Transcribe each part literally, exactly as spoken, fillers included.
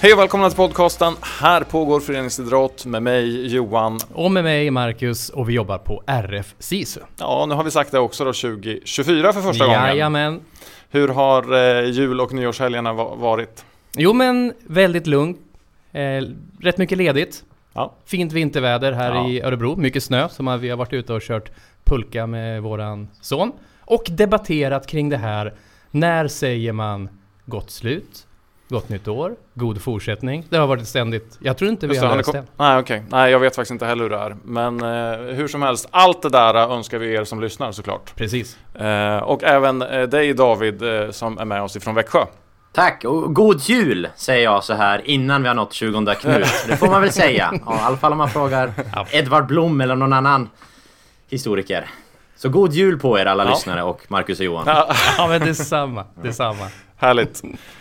Hej och välkomna till podcasten. Här pågår föreningsidrott med mig Johan. Och med mig Marcus, och vi jobbar på R F SISU. Ja, nu har vi sagt det också då, tjugo tjugofyra för första gången. Jajamän. Hur har eh, jul- och nyårshelgerna va- varit? Jo men väldigt lugnt. Eh, rätt mycket ledigt. Ja. Fint vinterväder här Ja. i Örebro. Mycket snö som vi har varit ute och kört pulka med våran son. Och debatterat kring det här. När säger man gott slut? Gott nytt år, god fortsättning. Det har varit ständigt. Jag tror inte vi Just har det, löst kom- det. Nej, okej. Nej, jag vet faktiskt inte heller hur det är. Men eh, hur som helst, allt det där önskar vi er som lyssnar såklart. Precis. Eh, och även eh, dig David eh, som är med oss ifrån Växjö. Tack, och god jul säger jag så här innan vi har nått tjugonde Knut. Det får man väl säga. Ja, i alla fall om man frågar Edvard Blom eller någon annan historiker. Så god jul på er alla Ja. lyssnare och Marcus och Johan. Ja, Ja men det är samma. Det är samma. härligt.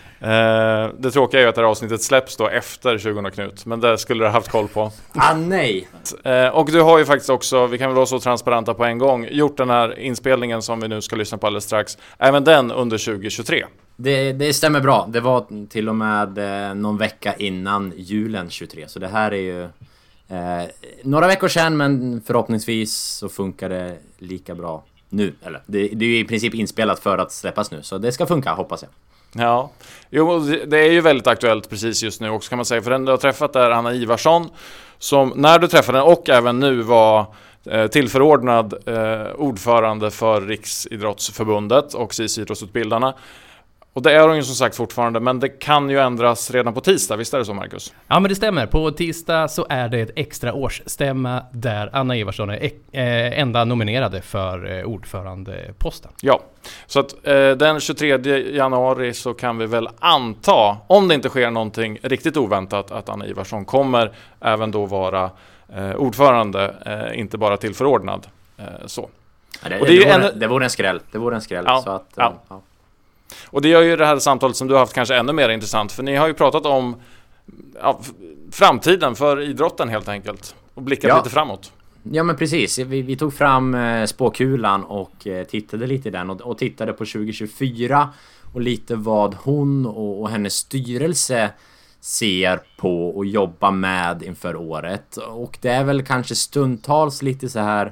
Eh, det tråkiga är ju att det här avsnittet släpps då efter tjugonde Knut. Men det skulle du ha haft koll på. Ah nej! Eh, och du har ju faktiskt också, vi kan väl vara så transparenta på en gång, gjort den här inspelningen som vi nu ska lyssna på alldeles strax. Även den under tjugo tjugotre. Det, det stämmer bra. Det var till och med eh, någon vecka innan julen tjugotre. Så det här är ju eh, några veckor sedan, men förhoppningsvis så funkar det lika bra nu. Eller, det, det är ju i princip inspelat för att släppas nu. Så det ska funka, hoppas jag. Ja, jo, det är ju väldigt aktuellt precis just nu också kan man säga. För den du har träffat är Anna Ivarsson, som när du träffade den och även nu var eh, tillförordnad eh, ordförande för Riksidrottsförbundet och S I S idrottsutbildarna. Och det är hon ju som sagt fortfarande, men det kan ju ändras redan på tisdag, visst är det så Marcus? Ja men det stämmer, på tisdag så är det ett extra årsstämma där Anna Ivarsson är eh, enda nominerade för eh, ordförandeposten. Ja, så att eh, den tjugotredje januari så kan vi väl anta, om det inte sker någonting riktigt oväntat, att Anna Ivarsson kommer även då vara eh, ordförande, eh, inte bara tillförordnad. Eh, så. Ja, det, Och det, det är det, ju vore, en- det vore en skräll. Det vore en skräll. Ja, Så att, ja. ja. Och det gör ju det här samtalet som du har haft kanske ännu mer intressant, för ni har ju pratat om ja, f- framtiden för idrotten helt enkelt och blickat Ja. lite framåt. Ja men precis, vi, vi tog fram eh, spåkulan och eh, tittade lite i den och, och tittade på tjugo tjugofyra och lite vad hon och, och hennes styrelse ser på och jobbar med inför året. Och det är väl kanske stundtals lite så här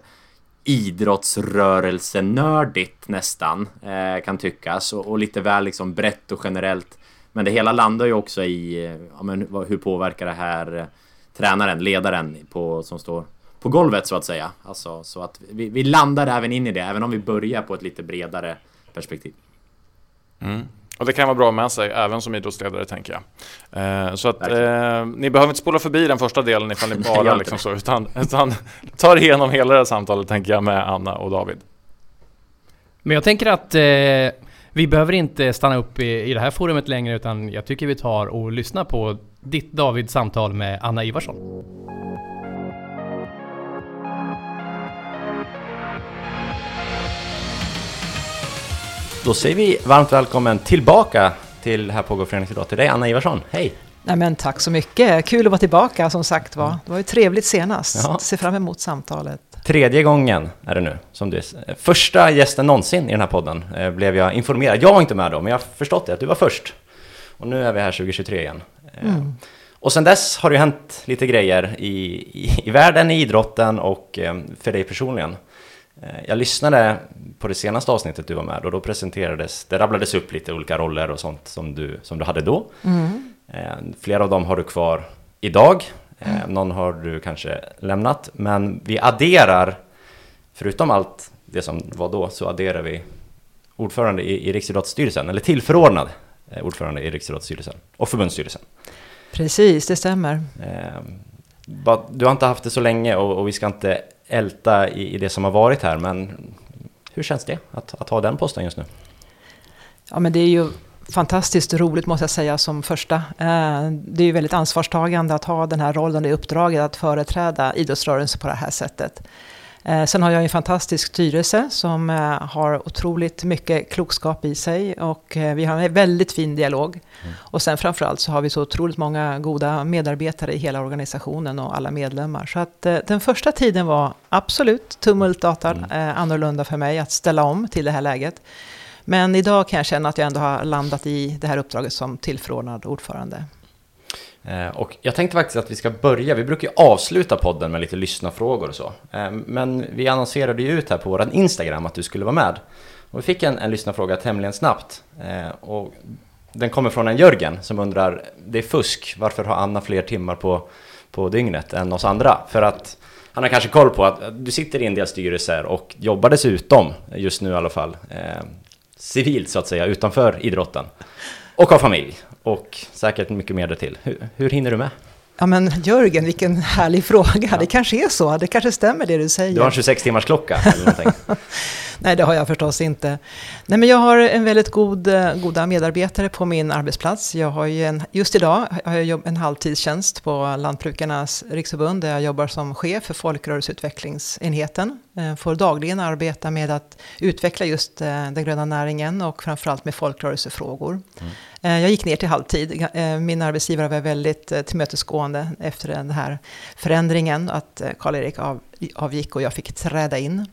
idrottsrörelsenördigt nästan eh, kan tyckas och, och lite väl liksom brett och generellt. Men det hela landar ju också i eh, ja, men, vad- hur påverkar det här eh, tränaren, ledaren på, som står på golvet så att säga. Alltså, så att vi, vi landar även in i det, även om vi börjar på ett lite bredare perspektiv. Mm. Och det kan vara bra med sig, även som idrottsledare tänker jag. Eh, så att Verkligen. eh, ni behöver inte spola förbi den första delen ifall ni Nej, bara gör liksom inte så, utan, utan tar igenom hela det här samtalet tänker jag med Anna och David. Men jag tänker att eh, vi behöver inte stanna upp i, i det här forumet längre, utan jag tycker vi tar och lyssnar på ditt Davids samtal med Anna Ivarsson. Då säger vi varmt välkommen tillbaka till Här pågår föreningsidrott till dig, Anna Ivarsson. Hej! Nej, men tack så mycket. Kul att vara tillbaka som sagt var. Det var ju trevligt senast. Ja. Ser fram emot samtalet. Tredje gången är det nu som du är första gästen någonsin i den här podden, eh, blev jag informerad. Jag var inte med då, men jag har förstått det, att du var först. Och nu är vi här tjugo tjugotre igen. Eh, Mm. Och sen dess har det ju hänt lite grejer i, i, i världen, i idrotten och eh, för dig personligen. Eh, jag lyssnade på det senaste avsnittet du var med och då presenterades, det rabblades upp lite olika roller och sånt som du, som du hade då. Mm. Eh, flera av dem har du kvar idag. Eh, någon har du kanske lämnat. Men vi adderar, förutom allt det som var då, så adderar vi ordförande i, i Riksidrottsstyrelsen. Eller tillförordnad eh, ordförande i Riksidrottsstyrelsen och förbundsstyrelsen. Precis, det stämmer. Eh, ba- du har inte haft det så länge och, och vi ska inte älta i, i det som har varit här. Men hur känns det att, att ha den posten just nu? Ja, men det är ju fantastiskt roligt måste jag säga som första. Eh, Det är ju väldigt ansvarstagande att ha den här rollen i uppdraget att företräda idrottsrörelsen på det här sättet. Eh, Sen har jag en fantastisk styrelse som eh, har otroligt mycket klokskap i sig och eh, vi har en väldigt fin dialog. Mm. Och sen framförallt så har vi så otroligt många goda medarbetare i hela organisationen och alla medlemmar. Så att eh, den första tiden var absolut tumultartad, Mm. eh, annorlunda för mig att ställa om till det här läget. Men idag kan jag känna att jag ändå har landat i det här uppdraget som tillförordnad ordförande. Eh, och jag tänkte faktiskt att vi ska börja, vi brukar ju avsluta podden med lite lyssnarfrågor och så. Eh, men vi annonserade ju ut här på vår Instagram att du skulle vara med. Och vi fick en, en lyssnarfråga tämligen snabbt. Eh, och den kommer från en Jörgen som undrar, det är fusk, varför har Anna fler timmar på, på dygnet än oss andra? För att han har kanske koll på att du sitter i en del styrelser och jobbar dessutom, just nu i alla fall, eh, civilt så att säga, utanför idrotten. Och har familj. Och säkert mycket mer till. Hur, hur hinner du med? Ja men Jörgen, vilken härlig fråga. Ja. Det kanske är så. Det kanske stämmer det du säger. Du har en tjugosex timmars klocka eller någonting. Nej, det har jag förstås inte. Nej, men jag har en väldigt god, goda medarbetare på min arbetsplats. Jag har ju en, just idag har jag en halvtidstjänst på Lantbrukarnas riksförbund där jag jobbar som chef för folkrörelseutvecklingsenheten. Jag får dagligen arbeta med att utveckla just den gröna näringen och framförallt med folkrörelsefrågor. Mm. Jag gick ner till halvtid. Min arbetsgivare var väldigt tillmötesgående efter den här förändringen att Karl-Erik av, avgick och jag fick träda in.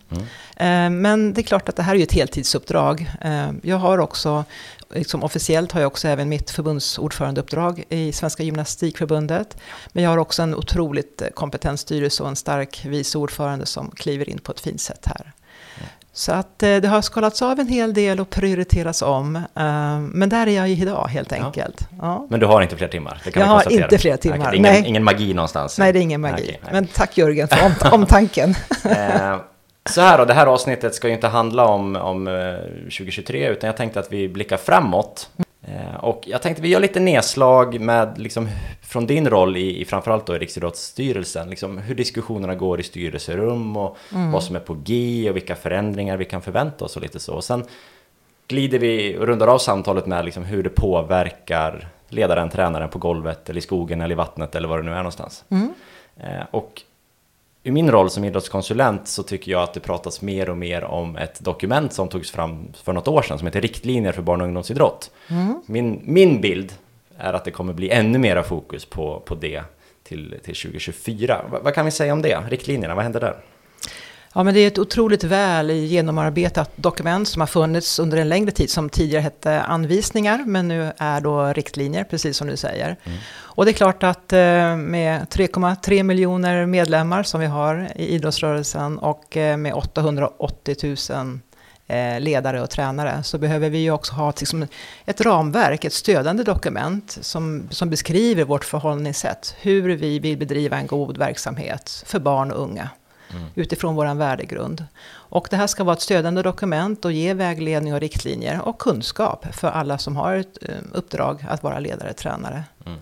Mm. Men det är klart att det här är ju ett heltidsuppdrag. Jag har också, liksom officiellt har jag också även mitt förbundsordförandeuppdrag i Svenska gymnastikförbundet. Men jag har också en otroligt kompetent styrelse och en stark vice ordförande som kliver in på ett fint sätt här. Mm. Så att det har skalats av en hel del och prioriteras om. Men där är jag idag helt enkelt. Ja. Ja. Men du har inte fler timmar? Det kan jag vi konstatera. har inte fler timmar. Nej, ingen, ingen magi någonstans? Nej, det är ingen magi. Nej, okay, men tack Jörgen för om, omtanken. eh, så här då, det här avsnittet ska ju inte handla om, om tjugohundratjugotre utan jag tänkte att vi blickar framåt. Eh, och jag tänkte vi gör lite nedslag med liksom, från din roll i, i framförallt då i Riksidrottsstyrelsen. Liksom, hur diskussionerna går i styrelserum och mm. vad som är på G och vilka förändringar vi kan förvänta oss och lite så. Och sen glider vi och rundar av samtalet med liksom, hur det påverkar ledaren, tränaren på golvet eller i skogen eller i vattnet eller var det nu är någonstans. Mm. Eh, och i min roll som idrottskonsulent så tycker jag att det pratas mer och mer om ett dokument som togs fram för något år sedan som heter Riktlinjer för barn- och ungdomsidrott. Mm. Min, min bild är att det kommer bli ännu mera fokus på, på det till, till tjugohundratjugofyra. Va, vad kan vi säga om det? Riktlinjerna, vad händer där? Ja, men det är ett otroligt väl genomarbetat dokument som har funnits under en längre tid som tidigare hette anvisningar men nu är då riktlinjer, precis som du säger. Mm. Och det är klart att med tre komma tre miljoner medlemmar som vi har i idrottsrörelsen och med åttahundraåttio tusen ledare och tränare så behöver vi ju också ha liksom ett ramverk, ett stödande dokument som, som beskriver vårt förhållningssätt, hur vi vill bedriva en god verksamhet för barn och unga. Mm. Utifrån våran värdegrund. Och det här ska vara ett stödande dokument och ge vägledning och riktlinjer och kunskap för alla som har ett uppdrag att vara ledare, tränare. Mm.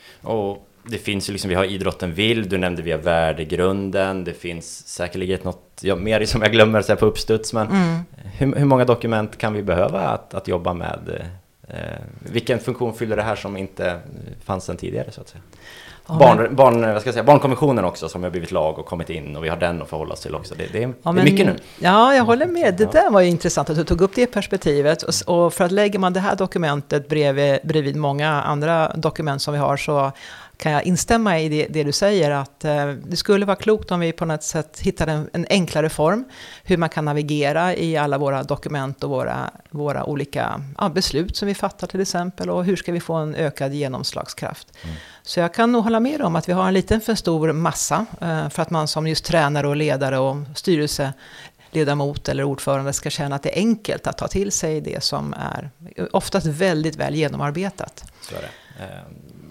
Och det finns ju liksom, vi har idrotten vill, du nämnde vi har värdegrunden, det finns säkerligen något ja, mer som jag glömmer så här på uppstuds, men mm. hur, hur många dokument kan vi behöva att, att jobba med? Eh, vilken funktion fyller det här som inte fanns sedan tidigare så att säga? Ja, barn, men, barn, vad ska jag säga, barnkonventionen också som har blivit lag och kommit in och vi har den att förhålla oss till också. Det, det, är, ja, det är mycket men, nu. Ja, jag håller med. Det där var ju intressant att du tog upp det perspektivet. Och, och för att lägger man det här dokumentet bredvid, bredvid många andra dokument som vi har så kan jag instämma i det, det du säger att eh, det skulle vara klokt om vi på något sätt hittade en, en enklare form hur man kan navigera i alla våra dokument och våra, våra olika ja, beslut som vi fattar till exempel och hur ska vi få en ökad genomslagskraft. Mm. Så jag kan nog hålla med om att vi har en liten för stor massa eh, för att man som just tränare och ledare och styrelseledamot eller ordförande ska känna att det är enkelt att ta till sig det som är oftast väldigt väl genomarbetat. Så är det. Eh.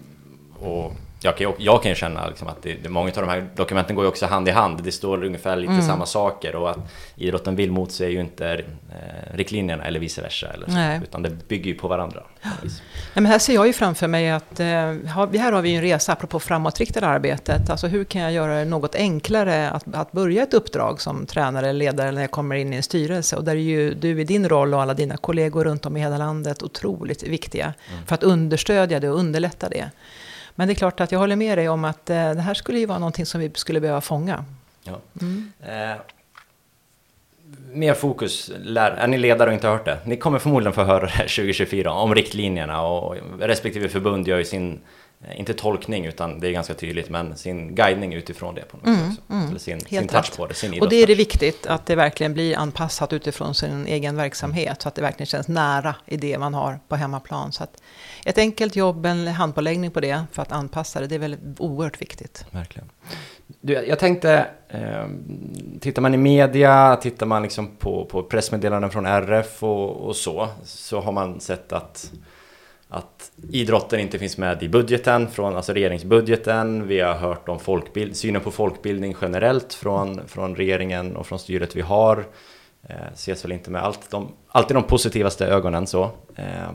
Och jag kan, jag kan ju känna liksom att det, det, många av de här dokumenten går ju också hand i hand. Det står ungefär lite mm. samma saker och att idrotten vill mot sig ju inte eh, riktlinjerna eller vice versa. Eller så, utan det bygger ju på varandra. Ja. Nej, men här ser jag ju framför mig att eh, här har vi ju en resa apropå framåtriktade arbetet. Alltså hur kan jag göra det något enklare att, att börja ett uppdrag som tränare eller ledare när jag kommer in i en styrelse. Och där är ju du i din roll och alla dina kollegor runt om i hela landet otroligt viktiga mm. för att understödja det och underlätta det. Men det är klart att jag håller med dig om att eh, det här skulle ju vara någonting som vi skulle behöva fånga. Ja. Mm. Eh, mer fokus, lär, är ni ledare och inte hört det? Ni kommer förmodligen få höra det här tjugohundratjugofyra om riktlinjerna och respektive förbund gör ju sin inte tolkning utan det är ganska tydligt, men sin guidning utifrån det på något Mm, sätt också. mm. Eller sin, Helt sin touch rätt. på det, sin Och det är det idrottstouch. viktigt att det verkligen blir anpassat utifrån sin egen verksamhet så att det verkligen känns nära i det man har på hemmaplan. Så att ett enkelt jobb, en handpåläggning på det för att anpassa det, det är väldigt oerhört viktigt. Verkligen. Du, jag tänkte, eh, tittar man i media, tittar man liksom på, på pressmeddelanden från R F och, och så, så har man sett att, att idrotten inte finns med i budgeten, från, alltså regeringsbudgeten. Vi har hört om folkbild, synen på folkbildning generellt från, från regeringen och från styret vi har. Eh, ses väl inte med allt de, alltid de positivaste ögonen så. Eh,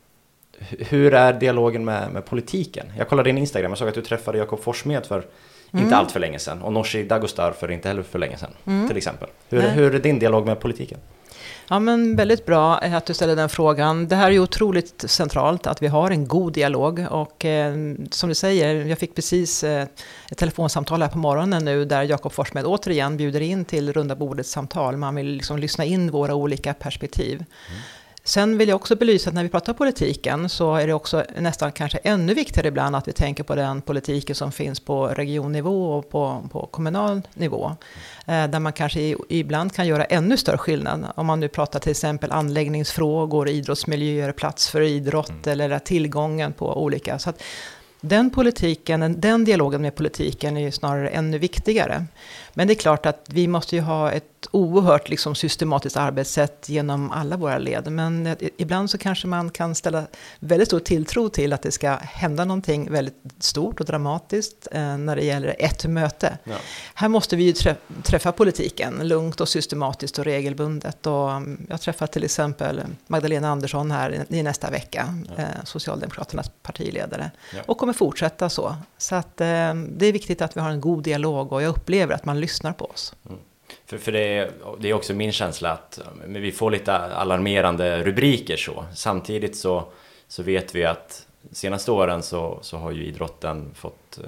hur är dialogen med, med politiken? Jag kollade din Instagram, jag såg att du träffade Jakob Forssmed för Mm. inte allt för länge sedan. Och Nooshi Dadgostar för inte heller för länge sedan, Mm. till exempel. Hur, Nej. hur är din dialog med politiken? Ja, men väldigt bra att du ställer den frågan. Det här är ju otroligt centralt att vi har en god dialog. Och eh, som du säger, jag fick precis eh, ett telefonsamtal här på morgonen nu där Jakob Forssmed återigen bjuder in till runda bordets samtal. Man vill liksom lyssna in våra olika perspektiv. Mm. Sen vill jag också belysa att när vi pratar politiken så är det också nästan kanske ännu viktigare ibland att vi tänker på den politiken som finns på regionnivå och på, på kommunal nivå. Eh, där man kanske i, ibland kan göra ännu större skillnad. Om man nu pratar till exempel anläggningsfrågor, idrottsmiljöer, plats för idrott mm. eller tillgången på olika. Så att den politiken, den dialogen med politiken är ju snarare ännu viktigare. Men det är klart att vi måste ju ha ett oerhört liksom, systematiskt arbetssätt genom alla våra led. Men ibland så kanske man kan ställa väldigt stor tilltro till att det ska hända någonting väldigt stort och dramatiskt eh, när det gäller ett möte. Ja. Här måste vi ju träffa, träffa politiken lugnt och systematiskt och regelbundet. Och jag träffar till exempel Magdalena Andersson här i, i nästa vecka, ja. eh, Socialdemokraternas partiledare. Ja. Och kommer fortsätta så. Så att, eh, det är viktigt att vi har en god dialog och jag upplever att man lyssnar på oss. Mm. För, för det, är, det är också min känsla att vi får lite alarmerande rubriker så. Samtidigt så, så vet vi att senaste åren så, så har ju idrotten fått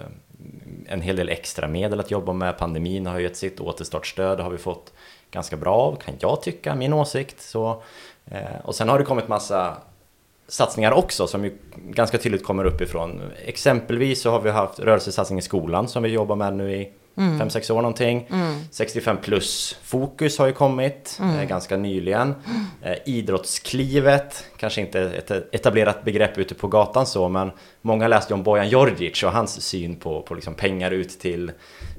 en hel del extra medel att jobba med. Pandemin har ju gett sitt återstartsstöd, har vi fått ganska bra av, kan jag tycka, min åsikt. Så, och sen har det kommit massa satsningar också som ju ganska tydligt kommer uppifrån. Exempelvis så har vi haft rörelsesatsning i skolan som vi jobbar med nu i Mm. fem sex år någonting. Mm. sextiofem plus fokus har ju kommit mm. eh, ganska nyligen. Mm. Eh, idrottsklivet, kanske inte ett etablerat begrepp ute på gatan så, men många läste ju om Bojan Djordjic och hans syn på, på liksom pengar ut till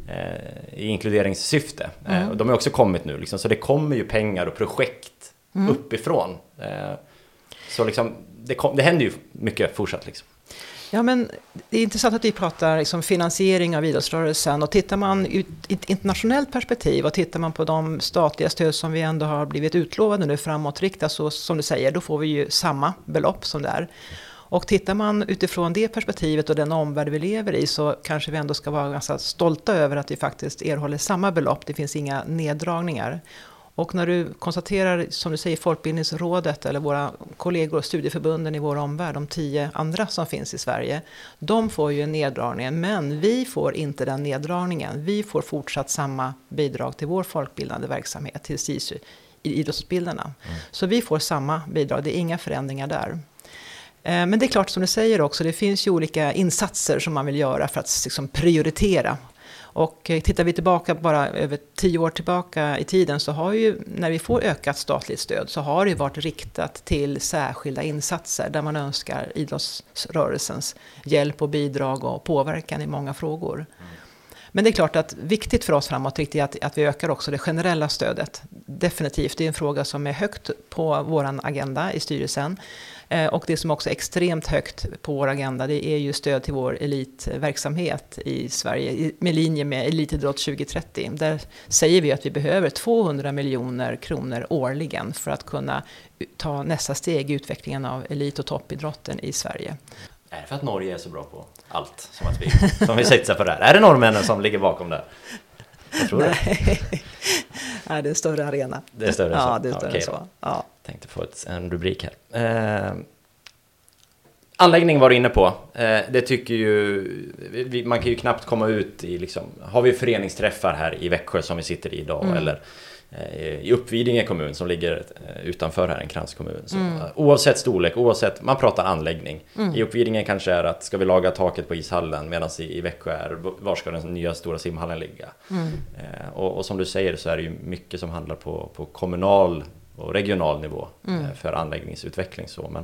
eh, i inkluderingssyfte. Mm. Eh, och de har också kommit nu, liksom, så det kommer ju pengar och projekt mm. uppifrån. Eh, så liksom, det, kom, det händer ju mycket fortsatt liksom. Ja, men det är intressant att vi pratar liksom finansiering av idrottsrörelsen och tittar man ut i ett internationellt perspektiv och tittar man på de statliga stöd som vi ändå har blivit utlovade nu framåtriktat så som du säger, då får vi ju samma belopp som det är. Och tittar man utifrån det perspektivet och den omvärld vi lever i så kanske vi ändå ska vara ganska stolta över att vi faktiskt erhåller samma belopp. Det finns inga neddragningar. Och när du konstaterar, som du säger, Folkbildningsrådet eller våra kollegor och studieförbunden i vår omvärld, de tio andra som finns i Sverige, de får ju en neddragning, men vi får inte den neddragningen. Vi får fortsatt samma bidrag till vår folkbildande verksamhet, till SISU, i idrottsutbildarna. Mm. Så vi får samma bidrag, det är inga förändringar där. Men det är klart som du säger också, det finns ju olika insatser som man vill göra för att liksom prioritera. Och tittar vi tillbaka bara över tio år tillbaka i tiden så har ju, när vi får ökat statligt stöd så har det varit riktat till särskilda insatser där man önskar idrottsrörelsens hjälp och bidrag och påverkan i många frågor. Mm. Men det är klart att viktigt för oss framåt är att, att vi ökar också det generella stödet. Definitivt, det är en fråga som är högt på vår agenda i styrelsen. Och det som också är extremt högt på vår agenda, det är ju stöd till vår elitverksamhet i Sverige med linje med Elitidrott tjugo trettio. Där säger vi att vi behöver tvåhundra miljoner kronor årligen för att kunna ta nästa steg i utvecklingen av elit- och toppidrotten i Sverige. Är det för att Norge är så bra på allt som, att vi, som vi sätter på det här? Är det norrmännen som ligger bakom det? Jag tror det. Nej, det är en större arena. Det är större ja, så? Det är större okay, så. Ja. Tänkte få ett, en rubrik här. Eh, anläggning var du inne på. Eh, det tycker ju... Vi, man kan ju knappt komma ut i liksom... Har vi föreningsträffar här i Växjö som vi sitter i idag? Mm. Eller i Uppvidinge kommun som ligger utanför här, en kranskommun. Så, mm. Oavsett storlek, oavsett, man pratar anläggning. Mm. I Uppvidinge kanske är att ska vi laga taket på ishallen, medan i, i Växjö är var ska den nya stora simhallen ligga. Mm. Eh, och, och som du säger så är det ju mycket som handlar på, på kommunal och regional nivå mm. eh, för anläggningsutveckling. Så. Men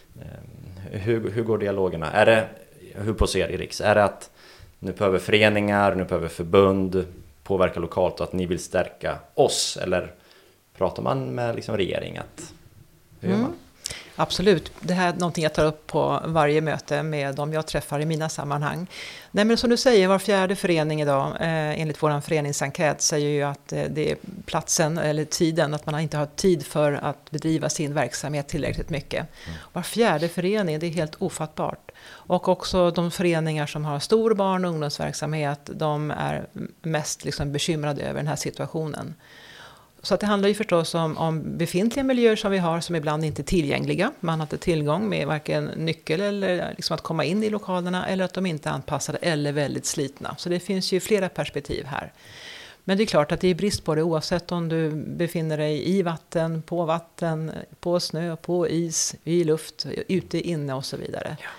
eh, hur, hur går dialogerna? Är det, hur på ser i Riks? Är det att nu behöver föreningar, nu behöver förbund påverka lokalt och att ni vill stärka oss? Eller pratar man med liksom regering? Att, hur mm. gör man? Absolut. Det här är någonting jag tar upp på varje möte med dem jag träffar i mina sammanhang. Nej, men som du säger, var fjärde förening idag, eh, enligt vår föreningsenkät, säger ju att eh, det är platsen eller tiden, att man inte har tid för att bedriva sin verksamhet tillräckligt mycket. Mm. Var fjärde förening, det är helt ofattbart. Och också de föreningar som har stor barn- och ungdomsverksamhet, de är mest liksom bekymrade över den här situationen. Så att det handlar ju förstås om, om befintliga miljöer som vi har som ibland inte är tillgängliga. Man har inte tillgång med varken nyckel eller liksom att komma in i lokalerna, eller att de inte är anpassade eller väldigt slitna. Så det finns ju flera perspektiv här. Men det är klart att det är brist på det oavsett om du befinner dig i vatten, på vatten, på snö, på is, i luft, ute, inne och så vidare. Ja.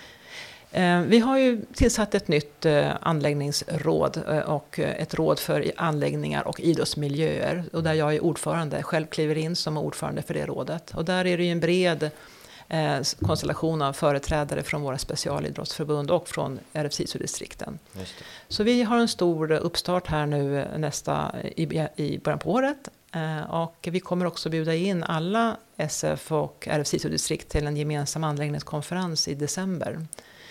Vi har ju tillsatt ett nytt anläggningsråd och ett råd för anläggningar och idrottsmiljöer. Och där jag är ordförande, själv kliver in som ordförande för det rådet. Och där är det ju en bred konstellation av företrädare från våra specialidrottsförbund och från R F SISU-distrikten. Så vi har en stor uppstart här nu nästa i, i början på året. Och vi kommer också bjuda in alla S F och R F SISU-distrikt till en gemensam anläggningskonferens i december.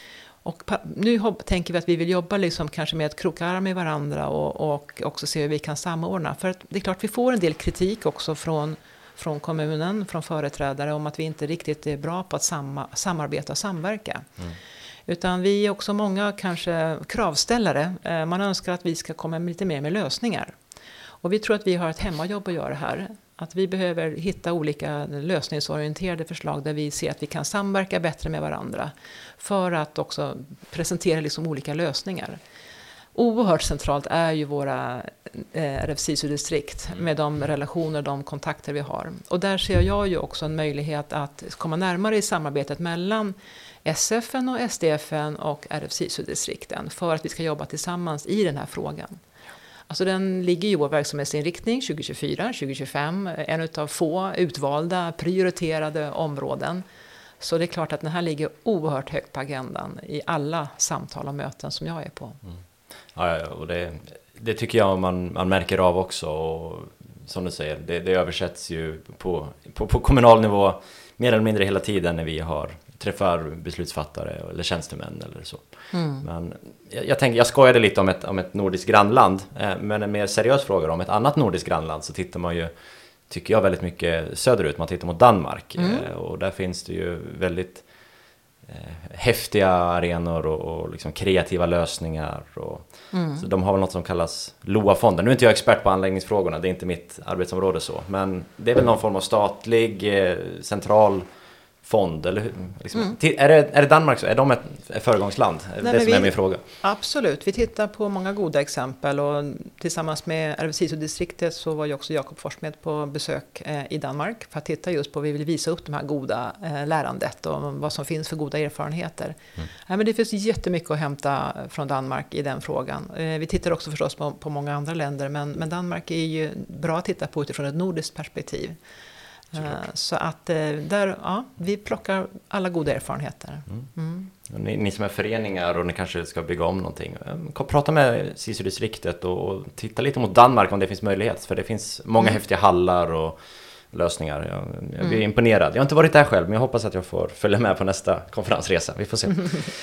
Och nu tänker vi att vi vill jobba liksom kanske med att kroka arm med varandra och, och också se hur vi kan samordna. För att det är klart vi får en del kritik också från, från kommunen, från företrädare om att vi inte riktigt är bra på att samma, samarbeta och samverka. Mm. Utan vi är också många kanske kravställare. Man önskar att vi ska komma med lite mer med lösningar. Och vi tror att vi har ett hemmajobb att göra här. Att vi behöver hitta olika lösningsorienterade förslag där vi ser att vi kan samverka bättre med varandra. För att också presentera liksom olika lösningar. Oerhört centralt är ju våra eh, R F SISU-distrikt med de relationer, de kontakter vi har. Och där ser jag ju också en möjlighet att komma närmare i samarbetet mellan S F N och S D F N och R F SISU-distrikten. För att vi ska jobba tillsammans i den här frågan. Alltså den ligger i vår verksamhetsinriktning tjugo tjugofyra tjugo tjugofem, en av få utvalda, prioriterade områden. Så det är klart att den här ligger oerhört högt på agendan i alla samtal och möten som jag är på. Mm. Ja, och det, det tycker jag man, man märker av också. Och som du säger, det, det översätts ju på, på, på kommunal nivå mer eller mindre hela tiden när vi har träffar beslutsfattare eller tjänstemän eller så. Mm. Men jag, jag tänker, jag skojade lite om ett, om ett nordiskt grannland, eh, men en mer seriös fråga om ett annat nordiskt grannland, så tittar man ju, tycker jag, väldigt mycket söderut. Man tittar mot Danmark mm. eh, och där finns det ju väldigt eh, häftiga arenor och, och liksom kreativa lösningar. Och, mm. så de har väl något som kallas L O A-fonden. Nu är inte jag expert på anläggningsfrågorna, det är inte mitt arbetsområde så, men det är väl någon form av statlig, eh, central fond, eller liksom, mm. är, det, är det Danmark så? Är de ett, ett föregångsland? Nej, det som vi, är min fråga. Absolut, vi tittar på många goda exempel och tillsammans med R F SISU-distriktet så var ju också Jakob Forssmed på besök eh, i Danmark för att titta just på, vi vill visa upp de här goda eh, lärandet och vad som finns för goda erfarenheter. Mm. Ja, men det finns jättemycket att hämta från Danmark i den frågan. Eh, vi tittar också förstås på, på många andra länder, men, men Danmark är ju bra att titta på utifrån ett nordiskt perspektiv. Såklart. Så att där, ja, vi plockar alla goda erfarenheter. Mm. Mm. Ni, ni som är föreningar och ni kanske ska bygga om någonting, prata med SISU-distriktet och, och titta lite mot Danmark om det finns möjlighet. För det finns många mm. häftiga hallar och lösningar. Jag, jag blir mm. imponerad. Jag har inte varit där själv, men jag hoppas att jag får följa med på nästa konferensresa. Vi får se.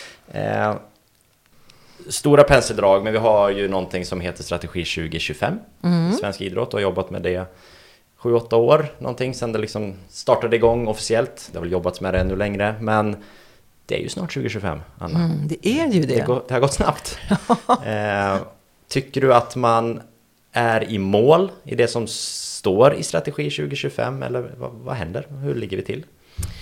eh, stora penseldrag, men vi har ju någonting som heter Strategi tjugo tjugofem. Mm. Svensk idrott och har jobbat med det sju åtta år, någonting sen det liksom startade igång officiellt. Det har väl jobbats med det ännu längre, men det är ju snart tjugo tjugofem, Anna. Mm, det är ju det. Det, går, det har gått snabbt. eh, tycker du att man är i mål i det som står i Strategi tjugo tjugofem, eller vad, vad händer? Hur ligger vi till?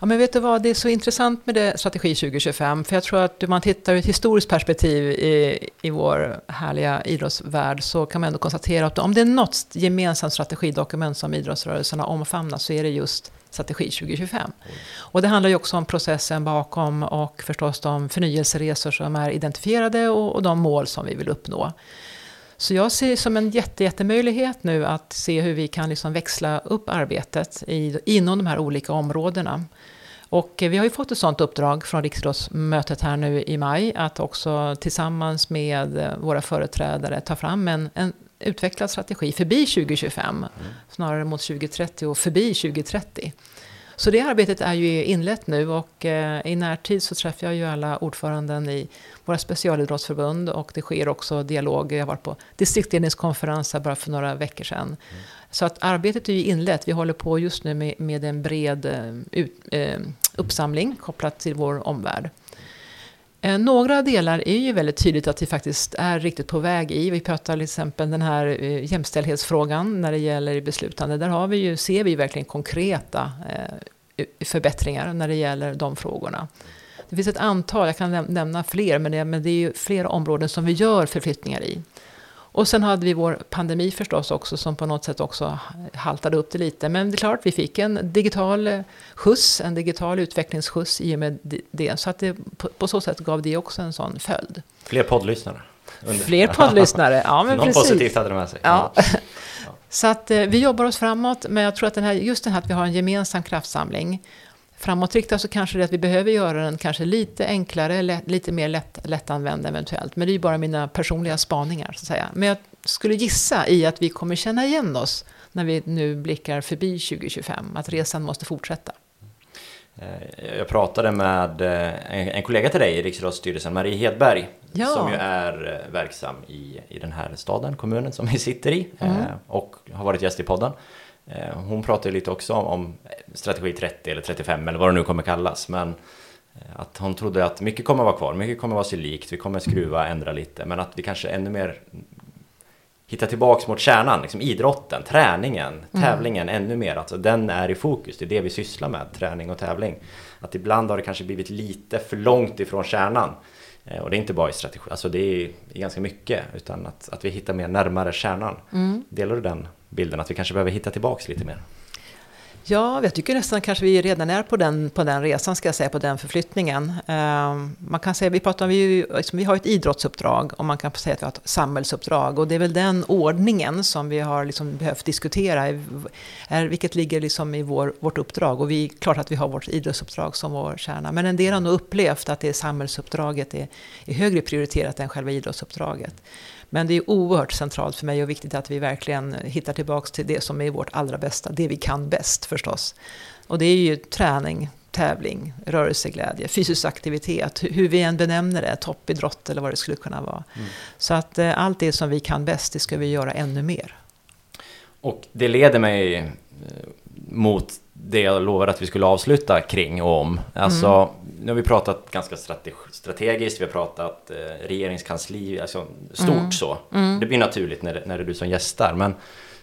Ja, men vet du vad, det är så intressant med det, strategi tjugo tjugofem, för jag tror att om man tittar ur ett historiskt perspektiv i, i vår härliga idrottsvärld, så kan man ändå konstatera att om det är något gemensamt strategidokument som idrottsrörelserna omfamnar, så är det just strategi tjugo tjugofem. Mm. Och det handlar ju också om processen bakom och förstås de förnyelseresor som är identifierade och, och de mål som vi vill uppnå. Så jag ser som en jätte, jättemöjlighet nu att se hur vi kan liksom växla upp arbetet i, inom de här olika områdena. Och vi har ju fått ett sådant uppdrag från Riksidrottsmötet här nu i maj, att också tillsammans med våra företrädare ta fram en, en utvecklad strategi förbi tjugo tjugofem, mm. snarare mot tjugo trettio och förbi tjugo trettio. Så det arbetet är ju inlett nu, och eh, i närtid så träffar jag ju alla ordföranden i våra specialidrottsförbund, och det sker också dialog. Jag var på distriktledningskonferenser bara för några veckor sedan. Mm. Så att arbetet är ju inlett. Vi håller på just nu med, med en bred eh, ut, eh, uppsamling kopplat till vår omvärld. Eh, några delar är ju väldigt tydligt att vi faktiskt är riktigt på väg i. Vi pratar till exempel den här eh, jämställdhetsfrågan när det gäller beslutande. Där har vi ju, ser vi verkligen konkreta eh, förbättringar när det gäller de frågorna. Det finns ett antal, jag kan nämna fler, men det, men det är ju flera områden som vi gör förflyttningar i. Och sen hade vi vår pandemi förstås också, som på något sätt också haltade upp det lite. Men det är klart, vi fick en digital skjuts, en digital utvecklingsskjuts i och med det. Så att det, på, på så sätt gav det också en sån följd. Fler poddlyssnare. Under. Fler poddlyssnare, ja men Någon precis. positivt hade det med sig. Ja. Ja. Så att eh, vi jobbar oss framåt, men jag tror att den här, just den här att vi har en gemensam kraftsamling. Framåtriktat så kanske det att vi behöver göra den kanske lite enklare, lätt, lite mer lätt, lättanvänd eventuellt. Men det är ju bara mina personliga spaningar så att säga. Men jag skulle gissa i att vi kommer känna igen oss när vi nu blickar förbi tjugo tjugofem. Att resan måste fortsätta. Jag pratade med en kollega till dig i Riksidrottsstyrelsen, Marie Hedberg, ja. som ju är verksam i, i den här staden, kommunen som vi sitter i, mm. och har varit gäst i podden. Hon pratade lite också om, om strategi trettio eller trettiofem eller vad det nu kommer kallas, men att hon trodde att mycket kommer vara kvar, mycket kommer vara sig likt, vi kommer skruva, ändra lite, men att vi kanske ännu mer hittar tillbaks mot kärnan, liksom idrotten, träningen, tävlingen mm. ännu mer, alltså den är i fokus, det är det vi sysslar med, träning och tävling. Att ibland har det kanske blivit lite för långt ifrån kärnan, och det är inte bara i strategi, alltså det är ganska mycket, utan att, att vi hittar mer närmare kärnan. Mm. Delar du den bilden, att vi kanske behöver hitta tillbaks lite mer? Ja, jag tycker nästan kanske vi redan är på den, på den resan, ska jag säga, på den förflyttningen. Uh, man kan säga, vi pratar om, vi, vi har ett idrottsuppdrag, och man kan säga att vi har ett samhällsuppdrag, och det är väl den ordningen som vi har liksom behövt diskutera, är, vilket ligger liksom i vår, vårt uppdrag, och vi, klart att vi har vårt idrottsuppdrag som vår kärna, men en del har nog upplevt att det samhällsuppdraget är, är högre prioriterat än själva idrottsuppdraget. Men det är oerhört centralt för mig och viktigt att vi verkligen hittar tillbaka till det som är vårt allra bästa, det vi kan bäst förstås. Och det är ju träning, tävling, rörelseglädje, fysisk aktivitet, hur vi än benämner det, toppidrott eller vad det skulle kunna vara. Mm. Så att eh, allt det som vi kan bäst, det ska vi göra ännu mer. Och det leder mig eh, mot det jag lovade att vi skulle avsluta kring och om. Alltså, mm. nu har vi pratat ganska strateg- strategiskt, vi har pratat eh, regeringskansli, alltså stort mm. så. Mm. Det blir naturligt när det, när det är du som gästar, men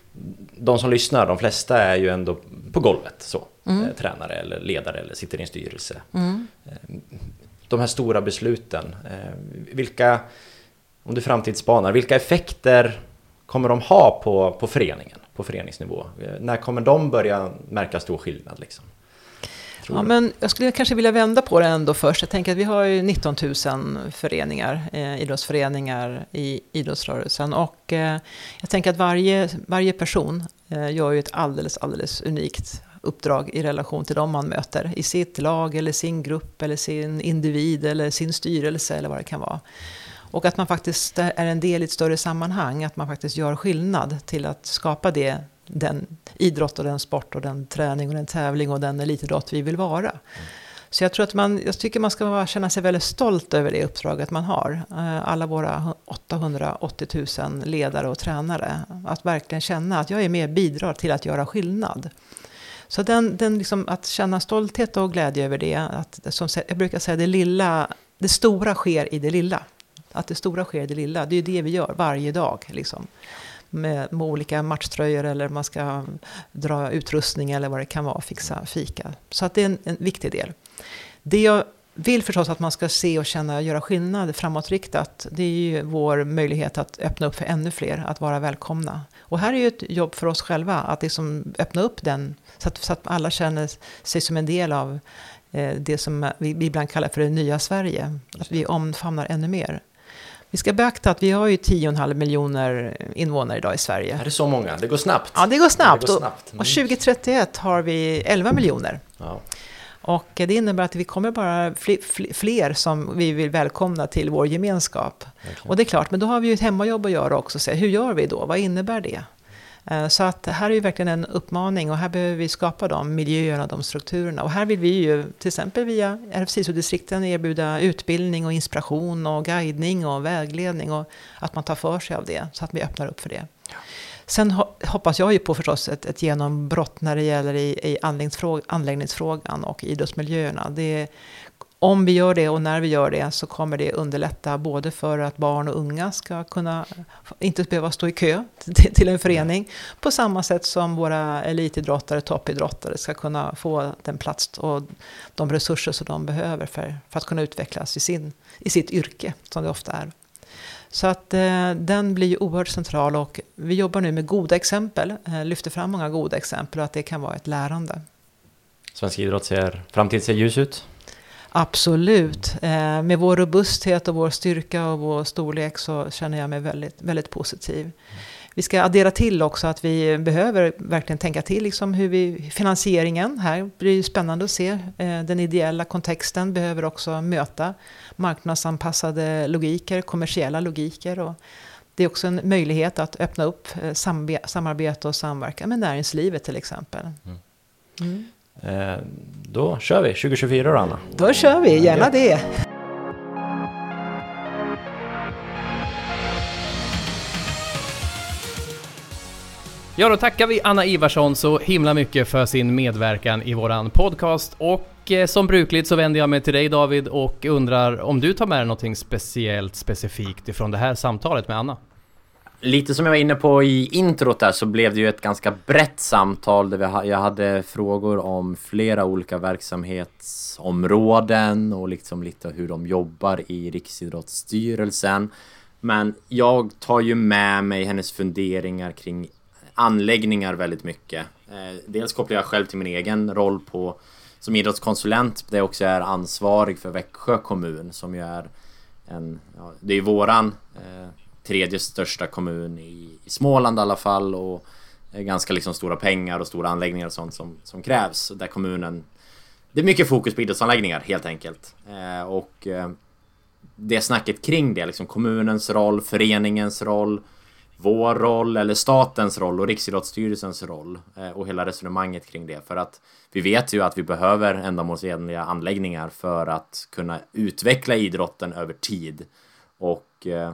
de som lyssnar, de flesta är ju ändå på golvet så. Mm. Eh, tränare eller ledare eller sitter i en styrelse. Mm. Eh, de här stora besluten, eh, vilka, om du framtidsspanar, vilka effekter kommer de ha på, på föreningen, på föreningsnivå? När kommer de börja märka stor skillnad liksom? Ja, men jag skulle kanske vilja vända på det ändå först. Jag tänker att vi har ju nitton tusen föreningar, eh, idrottsföreningar i idrottsrörelsen, och eh, jag tänker att varje, varje person eh, gör ju ett alldeles, alldeles unikt uppdrag i relation till dem man möter i sitt lag eller sin grupp eller sin individ eller sin styrelse eller vad det kan vara. Och att man faktiskt är en del i ett större sammanhang, att man faktiskt gör skillnad till att skapa det, den idrott och den sport och den träning och den tävling och den elitidrott vi vill vara. Mm. Så jag tror att man, jag tycker man ska känna sig väldigt stolt över det uppdraget man har. Alla våra åttahundraåttio tusen ledare och tränare. Att verkligen känna att jag är med och bidrar till att göra skillnad. Så den, den liksom, att känna stolthet och glädje över det. Att, som jag brukar säga, det lilla, det stora sker i det lilla. Att det stora sker i det lilla, det är ju det vi gör varje dag liksom. med, med olika matchtröjor eller man ska dra utrustning eller vad det kan vara, fixa fika. Så att det är en, en viktig del. Det jag vill förstås att man ska se och känna och göra skillnad framåtriktat, det är ju vår möjlighet att öppna upp för ännu fler, att vara välkomna. Och här är ju ett jobb för oss själva, att liksom öppna upp den så att, så att alla känner sig som en del av eh, det som vi, vi ibland kallar för det nya Sverige. Att vi omfamnar ännu mer. Vi ska beakta att vi har ju tio komma fem miljoner invånare idag i Sverige. Är det så många? Det går snabbt. Ja, det går snabbt. Det går snabbt. Mm. Och, och tjugo trettioett har vi elva miljoner. Ja. Och det innebär att vi kommer bara fler, fler som vi vill välkomna till vår gemenskap. Verkligen. Och det är klart, men då har vi ju ett hemmajobb att göra också. Så hur gör vi då? Vad innebär det? Så att här är ju verkligen en uppmaning och här behöver vi skapa de miljöerna, de strukturerna. Och här vill vi ju till exempel via R F S I S O-distrikten erbjuda utbildning och inspiration och guidning och vägledning och att man tar för sig av det så att vi öppnar upp för det. Ja. Sen hoppas jag ju på förstås ett, ett genombrott när det gäller i, i anläggningsfråg, anläggningsfrågan och idrottsmiljöerna. Det, om vi gör det och när vi gör det så kommer det underlätta både för att barn och unga ska kunna inte behöva stå i kö till, till en förening. På samma sätt som våra elitidrottare, toppidrottare ska kunna få den plats och de resurser som de behöver för, för att kunna utvecklas i, sin, i sitt yrke som det ofta är. Så att eh, den blir ju oerhört central och vi jobbar nu med goda exempel, eh, lyfter fram många goda exempel och att det kan vara ett lärande. Svensk idrott ser, framtid ser ljus ut? Absolut. Eh, med vår robusthet och vår styrka och vår storlek så känner jag mig väldigt, väldigt positiv. Mm. Vi ska addera till också att vi behöver verkligen tänka till liksom hur vi, finansieringen här blir det spännande att se. Eh, den ideella kontexten behöver också möta marknadsanpassade logiker, kommersiella logiker. Och det är också en möjlighet att öppna upp eh, sambe- samarbete och samverkan med näringslivet till exempel. Mm. Mm. Eh, då kör vi tjugo tjugofyra då, Anna. Då kör vi, gärna det. Ja, då tackar vi Anna Ivarsson så himla mycket för sin medverkan i våran podcast. Och eh, som brukligt så vänder jag mig till dig, David, och undrar om du tar med dig någonting speciellt specifikt ifrån det här samtalet med Anna. Lite som jag var inne på i introt där så blev det ju ett ganska brett samtal där vi ha, jag hade frågor om flera olika verksamhetsområden och liksom lite hur de jobbar i Riksidrottsstyrelsen. Men jag tar ju med mig hennes funderingar kring anläggningar väldigt mycket. Eh, dels kopplar jag själv till min egen roll på som idrottskonsulent där jag också är ansvarig för Växjö kommun som ju är en, ja, det är våran eh, tredje största kommun i, i Småland i alla fall och är ganska liksom stora pengar och stora anläggningar och sånt som, som krävs där kommunen, det är mycket fokus på idrottsanläggningar helt enkelt eh, och eh, det snacket kring det liksom kommunens roll, föreningens roll, vår roll eller statens roll och Riksidrottsstyrelsens roll eh, och hela resonemanget kring det. För att vi vet ju att vi behöver ändamålsenliga anläggningar för att kunna utveckla idrotten över tid. Och eh,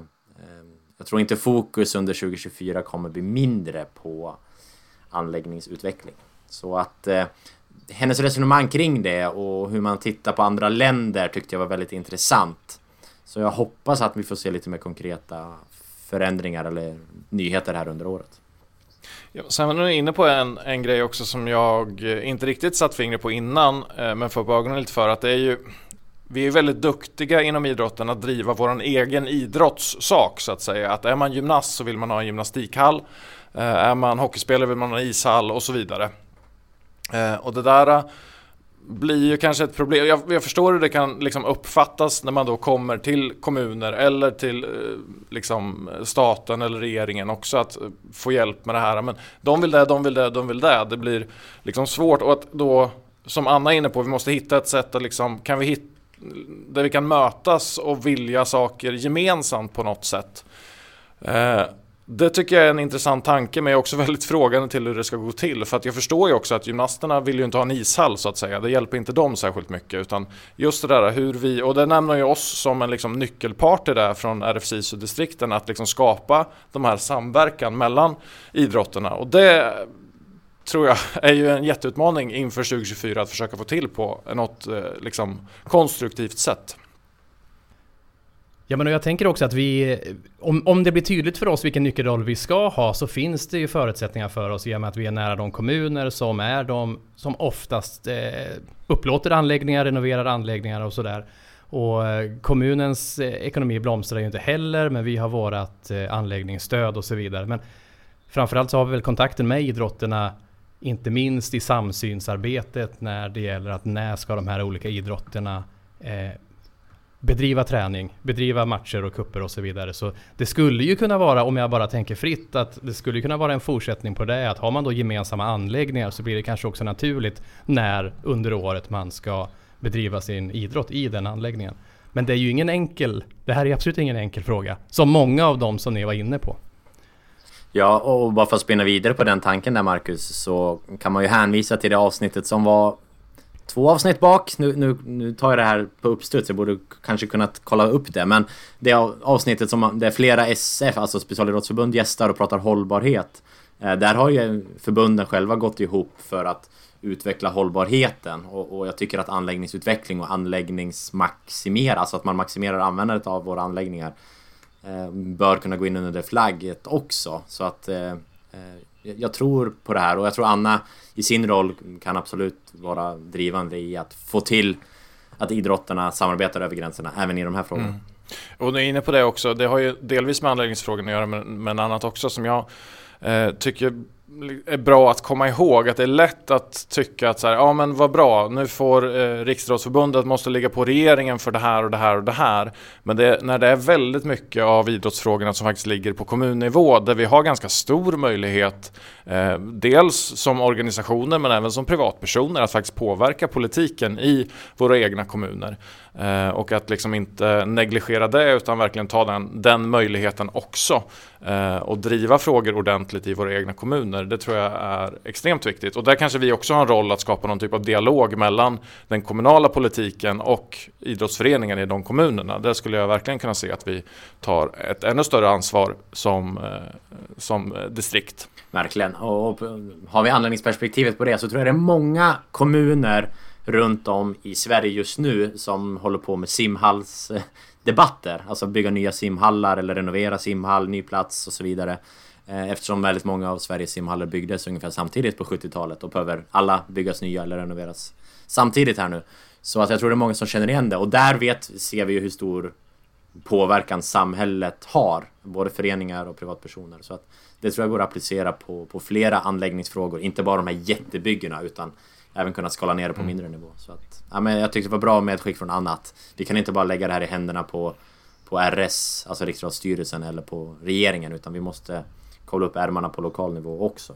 jag tror inte fokus under tjugo tjugofyra kommer bli mindre på anläggningsutveckling. Så att eh, hennes resonemang kring det och hur man tittar på andra länder tyckte jag var väldigt intressant. Så jag hoppas att vi får se lite mer konkreta förändringar eller nyheter här under året. Ja, sen var du inne på en, en grej också som jag inte riktigt satt fingret på innan eh, men får på ögonen lite för att det är ju vi är väldigt duktiga inom idrotten att driva våran egen idrottssak så att säga. Att är man gymnast så vill man ha en gymnastikhall, eh, är man hockeyspelare vill man ha en ishall och så vidare. Eh, och det där blir ju kanske ett problem. Jag, jag förstår hur det kan liksom uppfattas när man då kommer till kommuner eller till liksom staten eller regeringen också att få hjälp med det här. Men de vill det, de vill det, de vill det. Det blir liksom svårt och att då, som Anna är inne på, vi måste hitta ett sätt att liksom, kan vi hitta, där vi kan mötas och vilja saker gemensamt på något sätt. Eh, Det tycker jag är en intressant tanke, men jag är också väldigt frågande till hur det ska gå till. För att jag förstår ju också att gymnasterna vill ju inte ha en ishall så att säga. Det hjälper inte dem särskilt mycket. Utan just det där hur vi, och det nämner ju oss som en liksom nyckelparter där från R F S I S O-distrikten. Att liksom skapa de här samverkan mellan idrotterna. Och det tror jag är ju en jätteutmaning inför tjugo tjugofyra att försöka få till på något liksom konstruktivt sätt. Ja, men jag tänker också att vi, om, om det blir tydligt för oss vilken nyckelroll vi ska ha, så finns det ju förutsättningar för oss i och med att vi är nära de kommuner som är de som oftast eh, upplåter anläggningar, renoverar anläggningar och sådär. Och eh, kommunens eh, ekonomi blomstrar ju inte heller, men vi har vårat eh, anläggningsstöd och så vidare. Men framförallt så har vi väl kontakten med idrotterna, inte minst i samsynsarbetet när det gäller att när ska de här olika idrotterna eh, bedriva träning, bedriva matcher och kupper och så vidare. Så det skulle ju kunna vara, om jag bara tänker fritt, att det skulle kunna vara en fortsättning på det, att har man då gemensamma anläggningar så blir det kanske också naturligt när under året man ska bedriva sin idrott i den anläggningen. Men det är ju ingen enkel, det här är absolut ingen enkel fråga, som många av dem som ni var inne på. Ja, och bara för att spinna vidare på den tanken där, Marcus, så kan man ju hänvisa till det avsnittet som var två avsnitt bak. Nu, nu, nu tar jag det här på uppstuds, jag borde kanske kunnat kolla upp det, men det avsnittet som det är flera S F, alltså specialidrottsförbund, gästar och pratar hållbarhet. Eh, där har ju förbunden själva gått ihop för att utveckla hållbarheten, och, och jag tycker att anläggningsutveckling och anläggningsmaximera, alltså att man maximerar användandet av våra anläggningar, eh, bör kunna gå in under det flagget också. Så att eh, jag tror på det här, och jag tror Anna i sin roll kan absolut vara drivande i att få till att idrottarna samarbetar över gränserna även i de här frågorna. Mm. Och nu är inne på det också, det har ju delvis med anläggningsfrågan att göra, men, men annat också som jag eh, tycker är bra att komma ihåg, att det är lätt att tycka att så här, ja men vad bra, nu får eh, Riksidrottsförbundet måste ligga på regeringen för det här och det här och det här. Men det, när det är väldigt mycket av idrottsfrågorna som faktiskt ligger på kommunnivå, där vi har ganska stor möjlighet, eh, dels som organisationer men även som privatpersoner, att faktiskt påverka politiken i våra egna kommuner. Eh, och att liksom inte negligera det, utan verkligen ta den, den möjligheten också. Eh, och driva frågor ordentligt i våra egna kommuner. Det tror jag är extremt viktigt. Och där kanske vi också har en roll att skapa någon typ av dialog mellan den kommunala politiken och idrottsföreningen i de kommunerna. Där skulle jag verkligen kunna se att vi tar ett ännu större ansvar som, eh, som distrikt. Verkligen. Och har vi anläggningsperspektivet på det, så tror jag det är många kommuner runt om i Sverige just nu som håller på med simhallsdebatter. Alltså bygga nya simhallar eller renovera simhall, ny plats och så vidare. Eftersom väldigt många av Sveriges simhallar byggdes ungefär samtidigt på sjuttiotalet och behöver alla byggas nya eller renoveras samtidigt här nu. Så att jag tror det är många som känner igen det. Och där vet, ser vi ju hur stor påverkan samhället har, både föreningar och privatpersoner. Så att det tror jag går att applicera på, på flera anläggningsfrågor. Inte bara de här jättebyggena, utan även kunna skala ner det på mindre nivå. Så att, ja, men jag tyckte det var bra med ett skick från annat. Vi kan inte bara lägga det här i händerna på, på R S, alltså Riksidrottsstyrelsen, eller på regeringen, utan vi måste kolla upp ärmarna på lokal nivå också.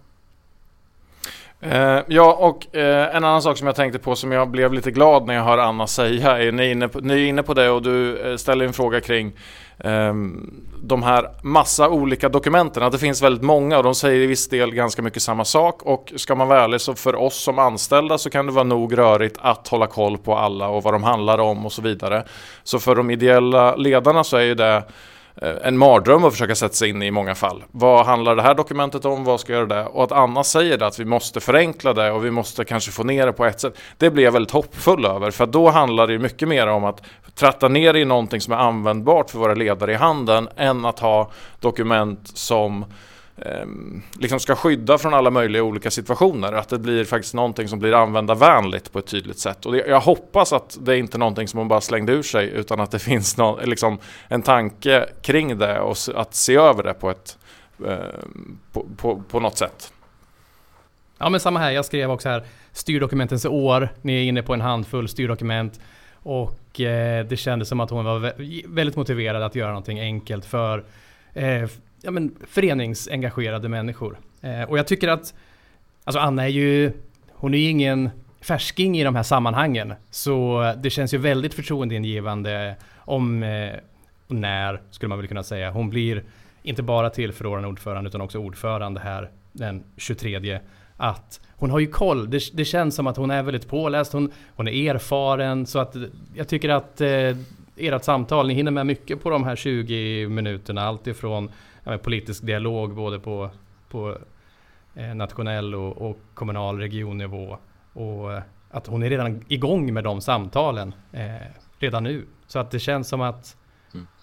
Uh, ja, och uh, en annan sak som jag tänkte på, som jag blev lite glad när jag hör Anna säga, är ni är inne på, ni är inne på det, och du uh, ställer en fråga kring um, de här massa olika dokumenten, att det finns väldigt många och de säger i viss del ganska mycket samma sak, och ska man vara ärlig, så för oss som anställda så kan det vara nog rörigt att hålla koll på alla och vad de handlar om och så vidare. Så för de ideella ledarna så är ju det en mardröm att försöka sätta sig in i många fall. Vad handlar det här dokumentet om? Vad ska jag göra det? Och att Anna säger det, att vi måste förenkla det och vi måste kanske få ner det på ett sätt. Det blir jag väldigt hoppfull över, för då handlar det mycket mer om att tratta ner i någonting som är användbart för våra ledare i handen, än att ha dokument som eh, liksom ska skydda från alla möjliga olika situationer. Att det blir faktiskt någonting som blir användarvänligt på ett tydligt sätt. Och det, jag hoppas att det inte är någonting som man bara slängde ur sig, utan att det finns någon, liksom, en tanke kring det och att se över det på, ett, eh, på, på, på något sätt. Ja, men samma här. Jag skrev också här styrdokumentens år. Ni är inne på en handfull styrdokument. Och eh, det kändes som att hon var vä- väldigt motiverad att göra någonting enkelt för eh, ja, men föreningsengagerade människor. Eh, och jag tycker att alltså Anna är ju, hon är ju ingen färsking i de här sammanhangen. Så det känns ju väldigt förtroendeingivande om eh, när, skulle man väl kunna säga, hon blir inte bara tillförordnad ordförande utan också ordförande här den tjugotredje. Att hon har ju koll. Det, det känns som att hon är väldigt påläst. Hon, hon är erfaren. Så att jag tycker att eh, ert samtal, ni hinner med mycket på de här tjugo minuterna. Allt ifrån ja, politisk dialog både på, på eh, nationell och, och kommunal regionnivå. Och eh, att hon är redan igång med de samtalen eh, redan nu. Så att det känns som att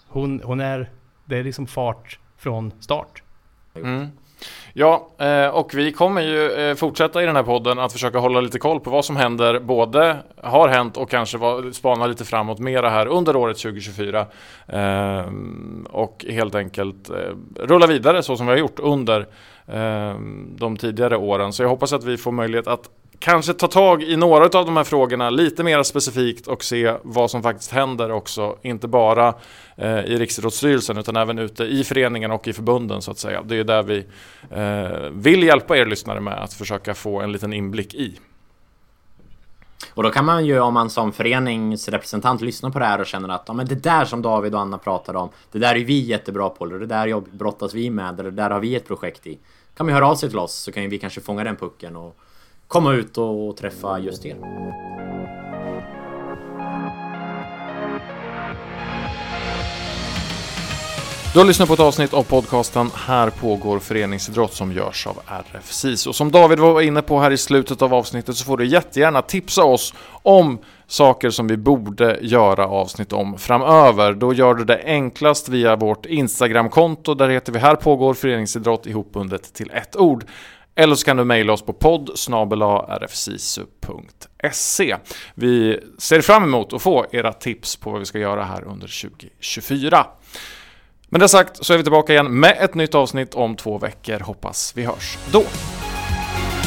hon, hon är, det är liksom fart från start. Mm. Ja, och vi kommer ju fortsätta i den här podden att försöka hålla lite koll på vad som händer, både har hänt och kanske spana lite framåt mera här under året tjugo tjugofyra, och helt enkelt rulla vidare så som vi har gjort under de tidigare åren. Så jag hoppas att vi får möjlighet att kanske ta tag i några av de här frågorna lite mer specifikt och se vad som faktiskt händer också, inte bara eh, i Riksidrottsstyrelsen utan även ute i föreningen och i förbunden så att säga. Det är där vi eh, vill hjälpa er lyssnare med att försöka få en liten inblick i. Och då kan man ju, om man som föreningsrepresentant lyssnar på det här och känner att ja, men det där som David och Anna pratar om, det där är vi jättebra på, eller det där jobb brottas vi med, eller det där har vi ett projekt i. Kan man höra av sig till oss så kan vi kanske fånga den pucken och komma ut och träffa just er. Du har lyssnat på ett avsnitt av podcasten Här pågår föreningsidrott som görs av R F S I S. Och som David var inne på här i slutet av avsnittet så får du jättegärna tipsa oss om saker som vi borde göra avsnitt om framöver. Då gör du det enklast via vårt Instagram-konto. Där heter vi Här pågår föreningsidrott ihopbundet till ett ord. Eller så kan du mejla oss på podd snabel-a r f sisu punkt se. Vi ser fram emot att få era tips på vad vi ska göra här under tjugo tjugofyra. Men det sagt så är vi tillbaka igen med ett nytt avsnitt om två veckor. Hoppas vi hörs då.